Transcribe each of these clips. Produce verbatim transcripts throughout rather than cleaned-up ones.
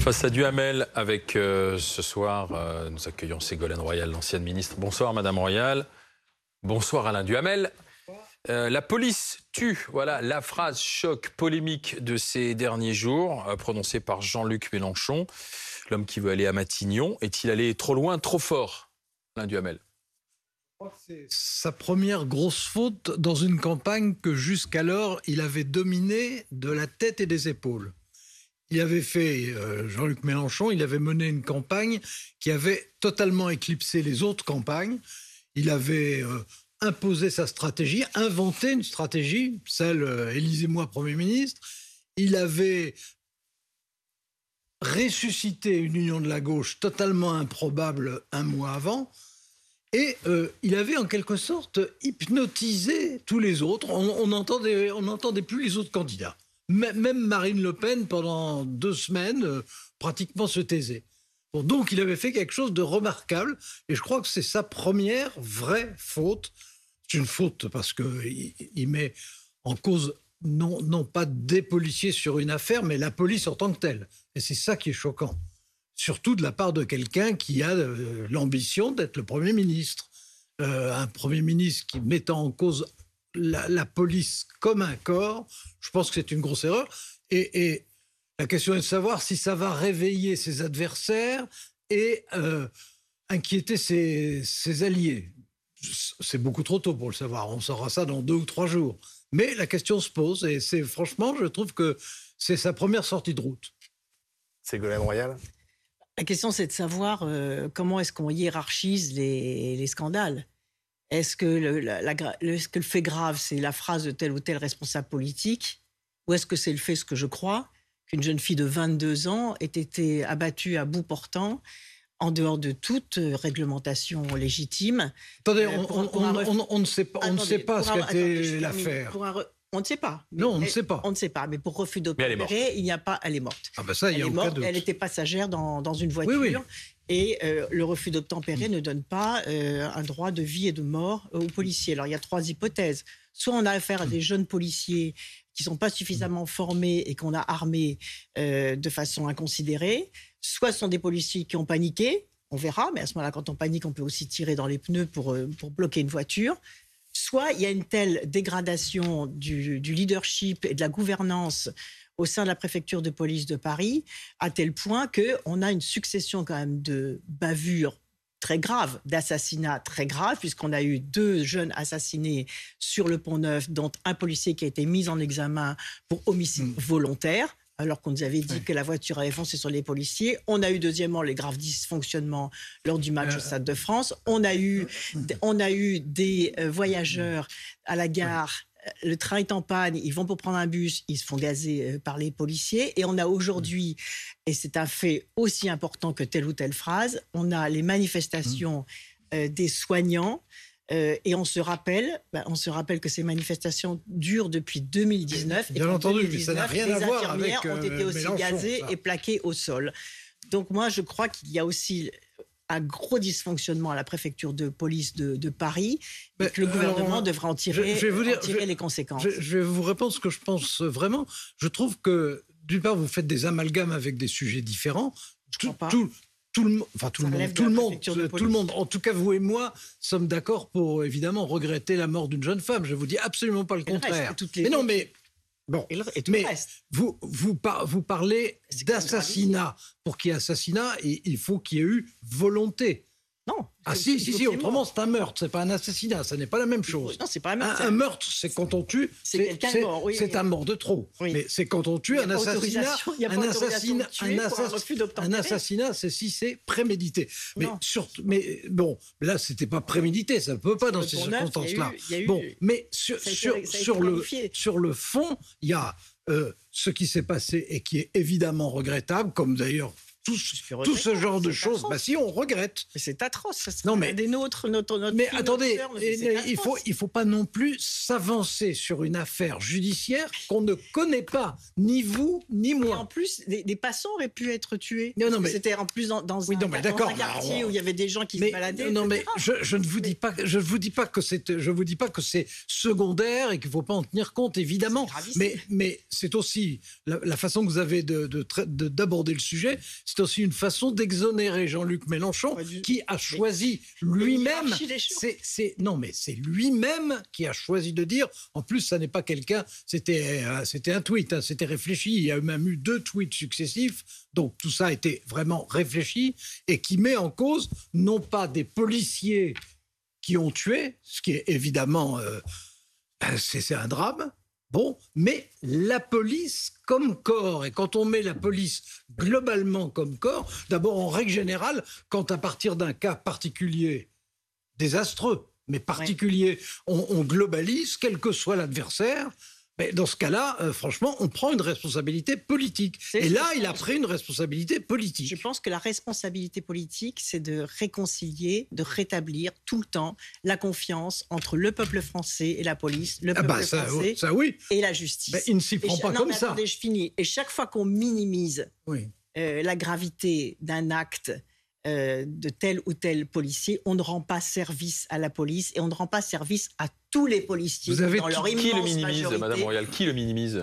Face à Duhamel, avec euh, ce soir, euh, nous accueillons Ségolène Royal, l'ancienne ministre. Bonsoir Madame Royal. Bonsoir Alain Duhamel. Euh, la police tue, voilà la phrase choc polémique de ces derniers jours, euh, prononcée par Jean-Luc Mélenchon. L'homme qui veut aller à Matignon, est-il allé trop loin, trop fort, Alain Duhamel? C'est sa première grosse faute dans une campagne que jusqu'alors il avait dominée de la tête et des épaules. Il avait fait, euh, Jean-Luc Mélenchon, il avait mené une campagne qui avait totalement éclipsé les autres campagnes. Il avait euh, imposé sa stratégie, inventé une stratégie, celle euh, Élisez-moi Premier ministre. Il avait ressuscité une union de la gauche totalement improbable un mois avant. Et euh, il avait en quelque sorte hypnotisé tous les autres. On n'entendait on n'entendait plus les autres candidats. Même Marine Le Pen, pendant deux semaines, euh, pratiquement se taisait. Bon, donc il avait fait quelque chose de remarquable. Et je crois que c'est sa première vraie faute. C'est une faute parce qu'il il met en cause non, non pas des policiers sur une affaire, mais la police en tant que telle. Et c'est ça qui est choquant. Surtout de la part de quelqu'un qui a euh, l'ambition d'être le Premier ministre. Euh, un Premier ministre qui mettant en cause la, la police comme un corps, je pense que c'est une grosse erreur. Et, et la question est de savoir si ça va réveiller ses adversaires et euh, inquiéter ses, ses alliés. C'est beaucoup trop tôt pour le savoir. On saura ça dans deux ou trois jours. Mais la question se pose et c'est franchement, je trouve que c'est sa première sortie de route. Ségolène Royal. La question, c'est de savoir euh, comment est-ce qu'on hiérarchise les, les scandales. Est-ce que le, la, la, le, est-ce que le fait grave, c'est la phrase de tel ou tel responsable politique, ou est-ce que c'est le fait, ce que je crois, qu'une jeune fille de vingt-deux ans ait été abattue à bout portant, en dehors de toute réglementation légitime? Attendez, euh, pour, on, pour on, on, on ne sait pas, on Attendez, ne sait pas ce qu'était l'affaire. On ne sait pas. Non, on ne sait pas. On ne sait pas. Mais pour refus d'obtempérer, il n'y a pas. Elle est morte. Ah ben ça, il y a elle est aucun morte. doute. Elle était passagère dans, dans une voiture. Oui, oui. Et euh, le refus d'obtempérer mmh. ne donne pas euh, un droit de vie et de mort aux policiers. Alors il y a trois hypothèses. Soit on a affaire à des jeunes policiers qui ne sont pas suffisamment formés et qu'on a armés euh, de façon inconsidérée. Soit ce sont des policiers qui ont paniqué. On verra. Mais à ce moment-là, quand on panique, on peut aussi tirer dans les pneus pour, euh, pour bloquer une voiture. Soit il y a une telle dégradation du, du leadership et de la gouvernance au sein de la préfecture de police de Paris, à tel point qu'on a une succession quand même de bavures très graves, d'assassinats très graves, puisqu'on a eu deux jeunes assassinés sur le Pont-Neuf, dont un policier qui a été mis en examen pour homicide mmh. volontaire, alors qu'on nous avait dit oui. que la voiture avait foncé sur les policiers. On a eu deuxièmement les graves dysfonctionnements lors du match euh, au Stade de France. On a eu, euh, on a eu des euh, voyageurs à la gare. Oui. Le train est en panne, ils vont pour prendre un bus, ils se font gazer euh, par les policiers. Et on a aujourd'hui, et c'est un fait aussi important que telle ou telle phrase, on a les manifestations euh, des soignants. Euh, et on se rappelle, bah, on se rappelle que ces manifestations durent depuis deux mille dix-neuf. Bien et entendu, mais ça n'a rien les à voir avec infirmières ont été aussi Mélenchon, gazées ça. et plaquées au sol. Donc moi, je crois qu'il y a aussi un gros dysfonctionnement à la préfecture de police de, de Paris, mais, et que le gouvernement alors, devrait en tirer, je, je vais vous dire, en tirer je, les conséquences. Je, je vais vous répondre ce que je pense vraiment. Je trouve que, d'une part, vous faites des amalgames avec des sujets différents. Je crois pas. Tout, Tout le, enfin, tout, le monde, tout, le monde, tout le monde, en tout cas vous et moi, sommes d'accord pour évidemment regretter la mort d'une jeune femme. Je vous dis absolument pas le et contraire. Le reste, les mais non, autres. mais bon, et le, et tout mais le reste. vous vous, par, vous parlez d'assassinat. Pour qu'il y ait assassinat, il faut qu'il y ait eu volonté. Non. Ah si, si, si, autrement c'est un meurtre, c'est pas un assassinat, ça n'est pas la même chose. Non, c'est pas un meurtre. Un, un meurtre, c'est quand on tue, c'est, c'est, mort, oui, c'est oui. un mort de trop. Oui. Mais c'est quand on tue un assassinat, un assassinat, un, assassinat, un assassinat, c'est si c'est prémédité. Mais surtout, mais bon, là c'était pas prémédité, ça ne peut pas dans ces circonstances-là. Bon, mais sur sur sur le sur le fond, il y a euh, ce qui s'est passé et qui est évidemment regrettable, comme d'ailleurs tout, tout ce genre de choses, bah si, on regrette. Mais c'est atroce. Ça non, mais, des nôtres, notre, notre mais fille, attendez, notre sœur, mais il faut, il faut pas non plus s'avancer sur une affaire judiciaire qu'on ne connaît pas, ni vous, ni moi. Et en plus, des, des passants auraient pu être tués. Non, non, mais c'était en plus dans, dans, oui, un, non, mais dans un quartier quartier où il y avait des gens qui mais, se baladaient. Non, mais je, je ne vous dis pas, je vous dis pas que c'est, je vous dis pas que c'est secondaire et qu'il faut pas en tenir compte, évidemment. Mais, mais c'est aussi la, la façon que vous avez de, de, de, d'aborder le sujet. C'est aussi une façon d'exonérer Jean-Luc Mélenchon, du... qui a choisi mais, lui-même. C'est, c'est, non, mais c'est lui-même qui a choisi de dire. En plus, ça n'est pas quelqu'un. C'était, euh, c'était un tweet. Hein, c'était réfléchi. Il y a même eu deux tweets successifs. Donc tout ça a été vraiment réfléchi et qui met en cause non pas des policiers qui ont tué, ce qui est évidemment euh, c'est, c'est un drame. Bon, mais la police comme corps, et quand on met la police globalement comme corps, d'abord en règle générale, quand à partir d'un cas particulier, désastreux, mais particulier, ouais. on, on globalise, quel que soit l'adversaire, mais dans ce cas-là, euh, franchement, on prend une responsabilité politique. C'est et là, il a pris une responsabilité politique. Je pense que la responsabilité politique, c'est de réconcilier, de rétablir tout le temps la confiance entre le peuple français et la police, le ah peuple bah ça, français ça, oui. et la justice. Mais il ne s'y prend et pas non, comme mais ça. Attendez, je finis. Et chaque fois qu'on minimise oui. euh, la gravité d'un acte euh, de tel ou tel policier, on ne rend pas service à la police et on ne rend pas service à tous les policiers. Vous avez dans leur qui, qui le minimise, majorité. Madame Royal, qui le minimise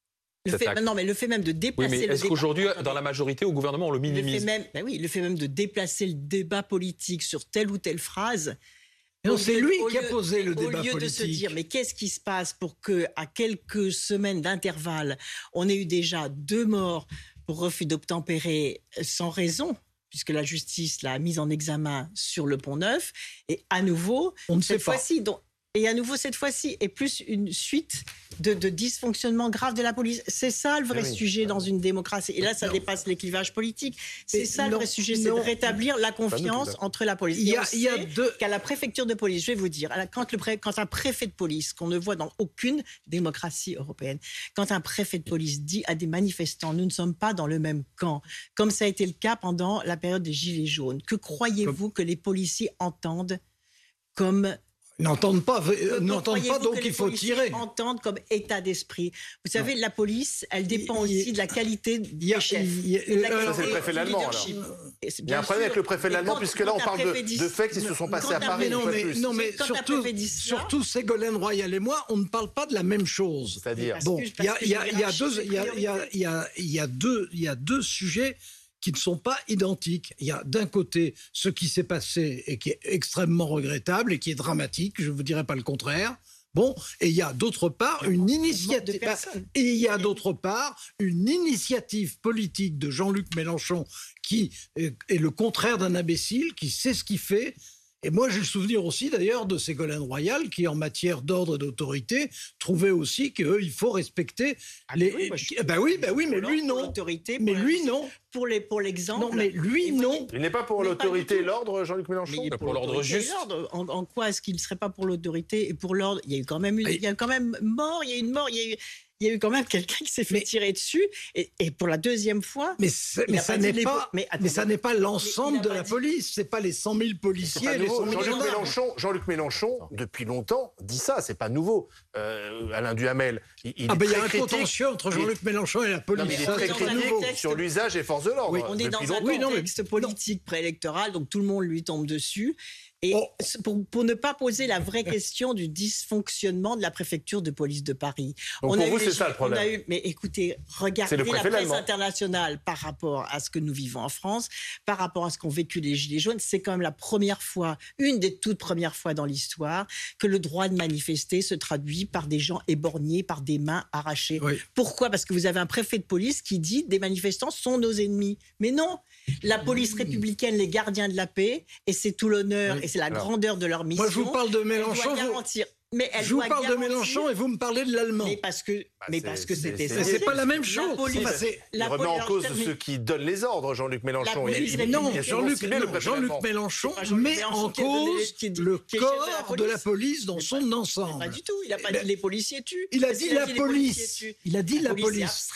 le fait, non, mais le fait même de déplacer oui, mais le est-ce débat... qu'aujourd'hui, dans la majorité, au gouvernement, on le minimise le fait même, ben oui, le fait même de déplacer le débat politique sur telle ou telle phrase... Non, c'est lui qui a lieu, posé le débat politique. Au lieu de se dire, mais qu'est-ce qui se passe pour qu'à quelques semaines d'intervalle, on ait eu déjà deux morts pour refus d'obtempérer sans raison, puisque la justice l'a mise en examen sur le Pont-Neuf, et à nouveau, on ne cette sait pas. fois-ci, donc, et à nouveau cette fois-ci, et plus une suite de, de dysfonctionnements graves de la police. C'est ça le vrai oui, sujet oui. dans une démocratie. Et là, ça non. dépasse les clivages politiques. C'est mais ça non, le vrai sujet, non. c'est de rétablir la confiance entre la police. Il y a, il y a deux... qu'à la préfecture de police, je vais vous dire, quand, le pré... quand un préfet de police, qu'on ne voit dans aucune démocratie européenne, quand un préfet de police dit à des manifestants, nous ne sommes pas dans le même camp, comme ça a été le cas pendant la période des Gilets jaunes, que croyez-vous comme... que les policiers entendent comme... N'entendent pas, euh, n'entendent pas, donc il faut tirer. Entendre comme état d'esprit. Vous savez, non. la police, elle dépend il, aussi il, de la qualité des chefs. Ça, c'est le préfet de l'Allemand, alors. Il y a un problème avec le préfet de l'Allemand, puisque là, on parle de, de faits qui se sont passés à Paris. Non, mais, non, mais surtout, surtout Ségolène Royal et moi, on ne parle pas de la même chose. C'est-à-dire bon, il y a, y a, y a deux, il y a, y a, y a, y a deux, il y a deux sujets qui ne sont pas identiques. Il y a d'un côté ce qui s'est passé et qui est extrêmement regrettable et qui est dramatique, je ne vous dirai pas le contraire. Bon, et il y a d'autre part une initiative, et il y a d'autre part une initiative politique de Jean-Luc Mélenchon qui est le contraire d'un imbécile, qui sait ce qu'il fait. Et moi, j'ai le souvenir aussi, d'ailleurs, de Ségolène Royal, qui, en matière d'ordre et d'autorité, trouvait aussi qu'il faut respecter ah les... Oui, moi, je... Ben oui, ben oui, mais lui, non. Mais lui, non. Pour, les, pour l'exemple... Non, mais lui, non. Il n'est pas pour mais l'autorité et l'ordre, Jean-Luc Mélenchon. Mais il est pour, pour l'ordre juste. L'ordre. En, en quoi est-ce qu'il ne serait pas pour l'autorité et pour l'ordre ? Il y a eu quand même une, il y a quand même mort, il y a eu une mort, il y a eu... Il y a eu quand même quelqu'un qui s'est fait mais, tirer dessus, et, et pour la deuxième fois... Mais, mais, ça, n'est pas, mais, attends, mais ça n'est pas l'ensemble de la dit... police, c'est pas les cent mille policiers, les cent mille Jean-Luc Mélenchon, Jean-Luc Mélenchon, depuis longtemps, dit ça, c'est pas nouveau. Euh, Alain Duhamel, il, il ah est ben, très il y a un critique. contentieux entre Jean-Luc Mélenchon et la police. Non, mais il est très ça, critique texte... sur l'usage des forces de l'ordre. Oui, on est dans un longtemps. contexte oui, non, mais... politique préélectoral, donc tout le monde lui tombe dessus. Et oh. pour, pour ne pas poser la vraie question du dysfonctionnement de la préfecture de police de Paris. Donc on pour a vous, eu c'est les, ça le problème. On a eu, mais écoutez, regardez la presse internationale par rapport à ce que nous vivons en France, par rapport à ce qu'ont vécu les Gilets jaunes. C'est quand même la première fois, une des toutes premières fois dans l'histoire, que le droit de manifester se traduit par des gens éborgnés, par des mains arrachées. Oui. Pourquoi ? Parce que vous avez un préfet de police qui dit des manifestants sont nos ennemis. Mais non, la police républicaine, les gardiens de la paix, et c'est tout l'honneur, oui. et c'est la Alors, grandeur de leur mission. Moi, je vous parle de Mélenchon. Garantir, mais elle je vous parle garantir, de Mélenchon et vous me parlez de l'allemand. Mais parce que, bah, mais parce que c'était ça. C'est pas la même chose. La police, bah, il remet en cause ceux qui donnent les ordres, Jean-Luc Mélenchon. Il, il, non, Jean-Luc, non, Jean-Luc Mélenchon met en cause le corps de la police dans son ensemble. Pas du tout. Il n'a pas dit les policiers tuent. Il a dit la police. Il a dit la police.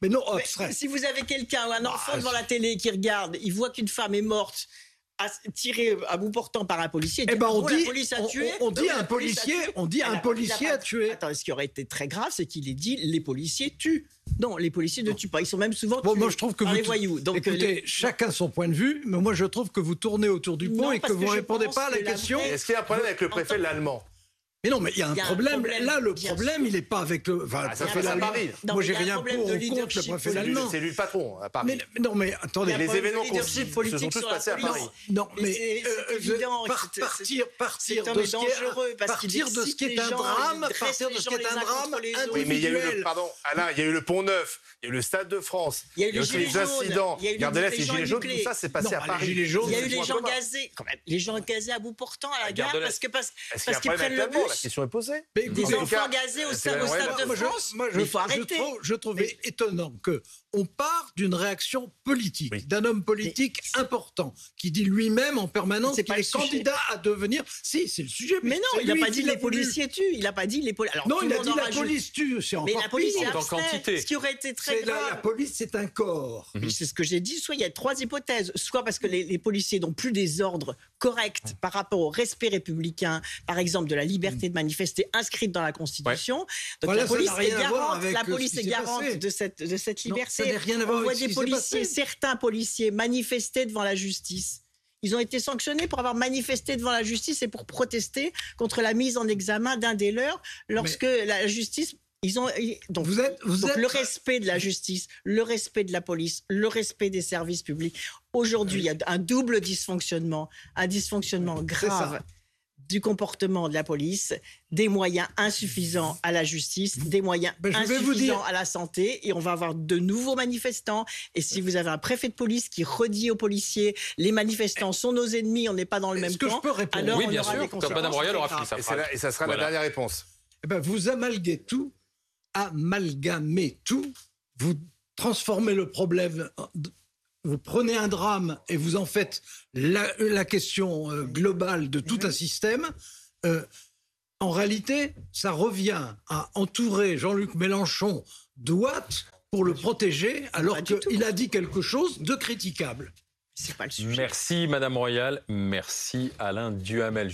Mais non, mais si vous avez quelqu'un ou un enfant bah, devant la télé qui regarde, il voit qu'une femme est morte, tirée à bout portant par un policier. Eh ben on dit, la police a tué. On, on dit un policier, on dit un policier a tué. Attends, ce qui aurait été très grave, c'est qu'il ait dit les policiers tuent. Non, les policiers ne tuent pas. Ils sont même souvent bon, tués moi, je trouve que par vous les voyous. Donc, écoutez, les... chacun son point de vue, mais moi je trouve que vous tournez autour du pot non, et que vous ne répondez pas à la question. Vraie... Est-ce qu'il y a un problème avec le préfet l'allemand ? Mais non, mais il y a un, il y a problème. un problème. Là, le problème, sûr. il n'est pas avec le. Enfin, ah, ça fait à Paris. Moi, j'ai rien pour ou contre le préfet l'allemand. C'est lui le patron à Paris. Mais, non, mais attendez. Les événements qu'on cite se sont tous passés à Paris. Non, mais partir, partir de ce qui est, partir de ce qui est un drame, partir de ce qui est un drame individuel. Oui, mais il y a eu le, pardon, Alain, il y a eu le Pont Neuf, il y a eu le Stade de France, il y a eu les incidents. Regardez là, ces gilets jaunes, tout ça, c'est passé à Paris. Il y a eu les gens gazés, quand même, les gens gazés à bout portant à la gare parce que parce qu'ils prennent le bus. La question est posée. Mais des enfants cas, gazés au stade de France. Moi, je, moi, je, il faut arrêter. Je trouve, je trouvais mais... étonnant que on part d'une réaction politique, oui. d'un homme politique mais... important qui dit lui-même en permanence qu'il est candidat à devenir. Si, c'est le sujet. Mais, mais non, il n'a pas dit les policiers tuent. Il n'a pas dit les policiers. Non, il a dit la police tue. C'est encore mais la police pire. est en quantité. Ce qui aurait été très grave. La, la police, c'est un corps. Mm-hmm. C'est ce que j'ai dit. Soit il y a trois hypothèses. Soit parce que les, les policiers n'ont plus des ordres corrects mm-hmm. par rapport au respect républicain, par exemple de la liberté mm-hmm. de manifester inscrite dans la Constitution. Ouais. Donc voilà, la police est garante, la police est garante de cette, de cette liberté. Non, rien à voir On voit avec des policiers, certains policiers manifester devant la justice. Ils ont été sanctionnés pour avoir manifesté devant la justice et pour protester contre la mise en examen d'un des leurs lorsque Mais... la justice... Ils ont, donc, vous êtes, vous donc êtes... le respect de la justice, le respect de la police, le respect des services publics. Aujourd'hui, oui. il y a un double dysfonctionnement, un dysfonctionnement grave du comportement de la police, des moyens insuffisants à la justice, des moyens ben, insuffisants dire... à la santé, et on va avoir de nouveaux manifestants. Et si vous avez un préfet de police qui redit aux policiers les manifestants sont nos ennemis, on n'est pas dans le Est-ce même que camp, je peux répondre alors oui, on bien aura sûr, des conséquences. Madame Royal aura fini sa phrase. Et, et ça sera voilà. la dernière réponse. Eh ben, vous amalguez tout, amalgamez tout, vous transformez le problème... Vous prenez un drame et vous en faites la, la question euh, globale de tout un système. Euh, en réalité, ça revient à entourer Jean-Luc Mélenchon d'ouates pour le protéger, alors qu'il a dit quelque chose de critiquable. C'est pas le sujet. Merci Madame Royal, merci Alain Duhamel.